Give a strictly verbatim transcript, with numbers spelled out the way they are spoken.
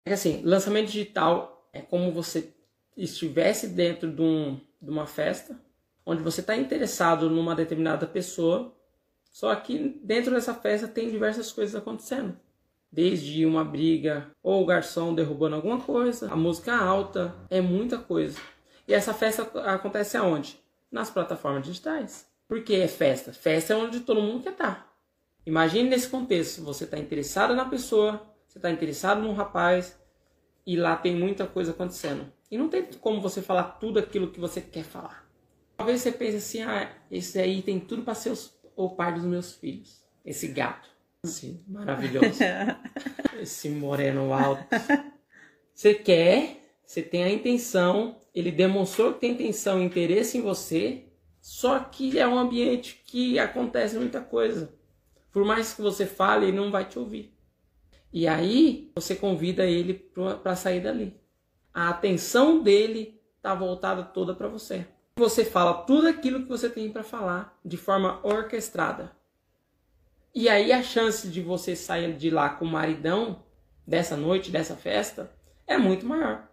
É assim, lançamento digital é como você estivesse dentro de, um, de uma festa, onde você está interessado numa determinada pessoa, só que dentro dessa festa tem diversas coisas acontecendo. Desde uma briga, ou o garçom derrubando alguma coisa, a música alta, é muita coisa. E essa festa acontece aonde? Nas plataformas digitais. Por que é festa? Festa é onde todo mundo quer estar. Imagine nesse contexto, você está interessado na pessoa, você está interessado num rapaz, e lá tem muita coisa acontecendo. E não tem como você falar tudo aquilo que você quer falar. Talvez você pense assim, ah, esse aí tem tudo para ser o pai dos meus filhos. Esse gato. Esse maravilhoso. Esse moreno alto. Você quer, você tem a intenção, ele demonstrou que tem intenção e interesse em você, só que é um ambiente que acontece muita coisa. Por mais que você fale, ele não vai te ouvir. E aí, você convida ele para sair dali. A atenção dele está voltada toda para você. Você fala tudo aquilo que você tem para falar de forma orquestrada. E aí a chance de você sair de lá com o maridão, dessa noite, dessa festa, é muito maior.